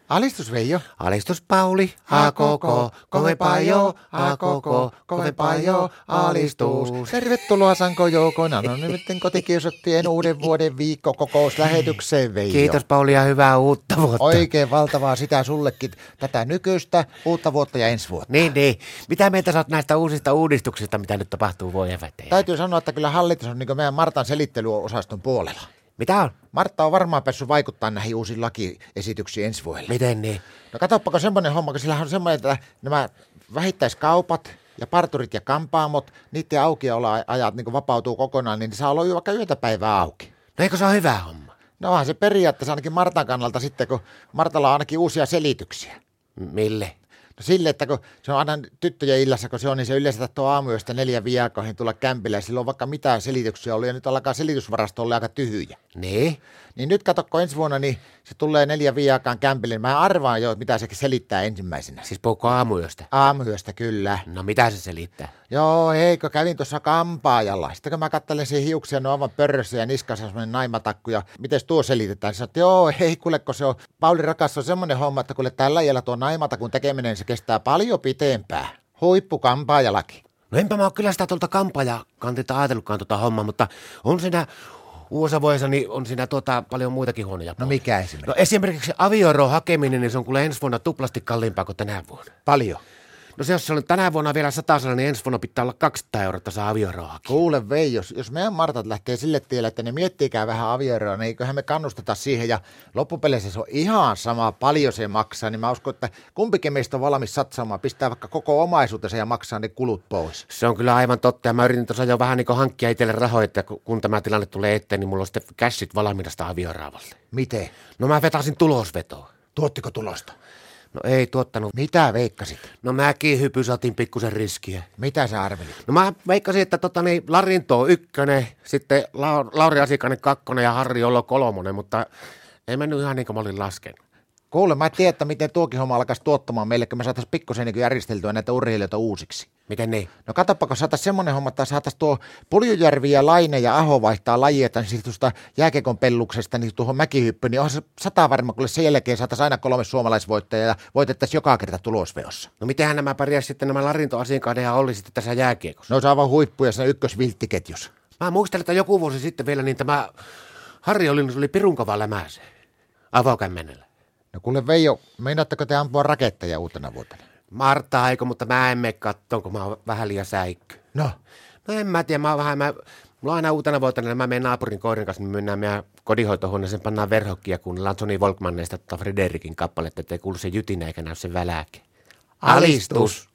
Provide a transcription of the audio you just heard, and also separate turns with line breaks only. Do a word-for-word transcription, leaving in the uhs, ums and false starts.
Alistus Veijo.
Alistus Pauli, a koko, kovempaa jo, a koko, kovempaa jo, alistus.
Tervetuloa Sanko Joukona, no nyt kotikiusottien uuden vuoden viikkokokous lähetykseen Veijo.
Kiitos Pauli ja hyvää uutta vuotta.
Oikein valtavaa sitä sullekin, tätä nykyistä, uutta vuotta ja ensi vuotta.
Niin, niin. Mitä mieltä sä oot näistä uusista uudistuksista, mitä nyt tapahtuu voi eväteen?
Täytyy sanoa, että kyllä hallitus on niin kuin meidän Martan selittelyosaston puolella.
Mitä on?
Martta on varmaan päässyt vaikuttaa näihin uusiin lakiesityksiin ensi vuodelle.
Miten niin?
No katsoppa semmoinen homma, kun sillä on semmoinen, että nämä vähittäiskaupat ja parturit ja kampaamot, niiden aukioloajat niin vapautuu kokonaan, niin ne saa olla vaikka yötä päivää auki.
No eikö se ole hyvä homma?
No onhan se periaatteessa ainakin Martan kannalta sitten, kun Martalla on ainakin uusia selityksiä.
Mille?
No sille, että kun se on aina tyttöjen illassa, kun se on, niin se yleensä tahtoo aamuyöstä neljän viakoihin tulla kämpille ja silloin on vaikka mitään selityksiä ollut ja nyt alkaa selitysvarasto olla aika tyhjä.
Niin?
Niin nyt katsokko ensi vuonna, niin se tulee neljän viakaan kämpille, niin mä arvaan jo, mitä se selittää ensimmäisenä.
Siis puhuuko aamuyöstä?
Aamuyöstä kyllä.
No mitä se selittää?
Joo, hei, kun kävin tuossa kampaajalla. Sitten kun mä katselen siihen hiuksia, ne on aivan pörrössä ja niskassa semmoinen naimatakku ja miten tuo selitetään. Niin sanoin, että joo, hei, kuule, kun se on, Pauli rakas, se on semmoinen homma, että kuule tällä lailla tuo naimatakun tekeminen, se kestää paljon pitempään. Huippu kampaajalaki.
No enpä mä oon kyllä sitä tuolta kampaajakantilta ajatellutkaan tuota hommaa, mutta on siinä uudessa vuodessa, niin on siinä tuota paljon muitakin huonoja
No
puolia.
mikä esimerkiksi?
No esimerkiksi avioeron hakeminen, niin se on kuule ensi vuonna tuplasti kalliimpaa kuin tänä vuonna.
Paljon.
No se, jos se on tänä vuonna vielä satasella, niin ensi vuonna pitää olla kaksisataa euroa, että saa avioeroa hakea.
Kuule Vei, jos, jos meidän Martat lähtee sille tielle, että ne miettiikää vähän avioeroa, niin eiköhän me kannusteta siihen ja loppupeleissä se on ihan sama paljon se maksaa, niin mä uskon, että kumpikin meistä on valmis satsaamaan, pistää vaikka koko omaisuutensa ja maksaa ne kulut pois.
Se on kyllä aivan totta ja mä yritin tuossa jo vähän niin kuin hankkia itselle rahoja, että kun kun tämä tilanne tulee eteen, niin mulla on sitten kässit valmiina sitä avioraavalle.
Miten?
No mä vetasin tulosvetoa.
Tuottiko tulosta?
No ei tuottanut.
Mitä veikkasit?
No mäkin hypysatin pikkusen riskiä.
Mitä sä arvelit?
No mä veikkasin, että tota niin, Larinto on ykkönen, sitten La- Lauri Asikainen kakkonen ja Harri Olo kolmonen, mutta ei mennyt ihan niin kuin mä olin laskenut.
Kuule, mä tiedän, että miten tuokin homma alkaisi tuottamaan meille, kun me saataisiin pikkusen niin järjesteltyä näitä urheilijoita uusiksi.
Miten niin?
No katsoppa, kun saataisiin semmoinen homma, että saataisiin tuo Puljujärvi ja Laine ja Aho vaihtaa lajia, että niin tuosta jääkiekon pelluksesta niin tuohon mäkihyppyyn, niin onhan se sata varma, kun sen jälkeen saataisiin aina kolme suomalaisvoittajaa ja voitettaisiin joka kerta tulosveossa.
No mitenhän nämä pärjäs sitten nämä Larinto Asikainen ja Olli sitten tässä jääkiekossa?
Ne on aivan huippuja siinä ykkösvilttiketjus.
Mä muistelen, että joku vuosi sitten vielä niin tämä Harri Olli oli pirunkava lämääseen avokämmenellä.
No kuule Veijo, meinaatteko te ampua raketteja uutena vuotena?
Martta aiko, mutta mä en mene kattoon, kun mä oon vähän liian säikkö.
No,
No en mä tiedä, mä oon vähän, mä, mulla on aina uutena vuotena, mä menen naapurin koirin kanssa, me mennään meidän kodinhoitohuoneeseen, pannaan verhokki ja kuunnellaan Johnny Volkmanneista tota Frederikin kappaletta, ettei kuulu se jytinä eikä näy se väläke.
Alistus.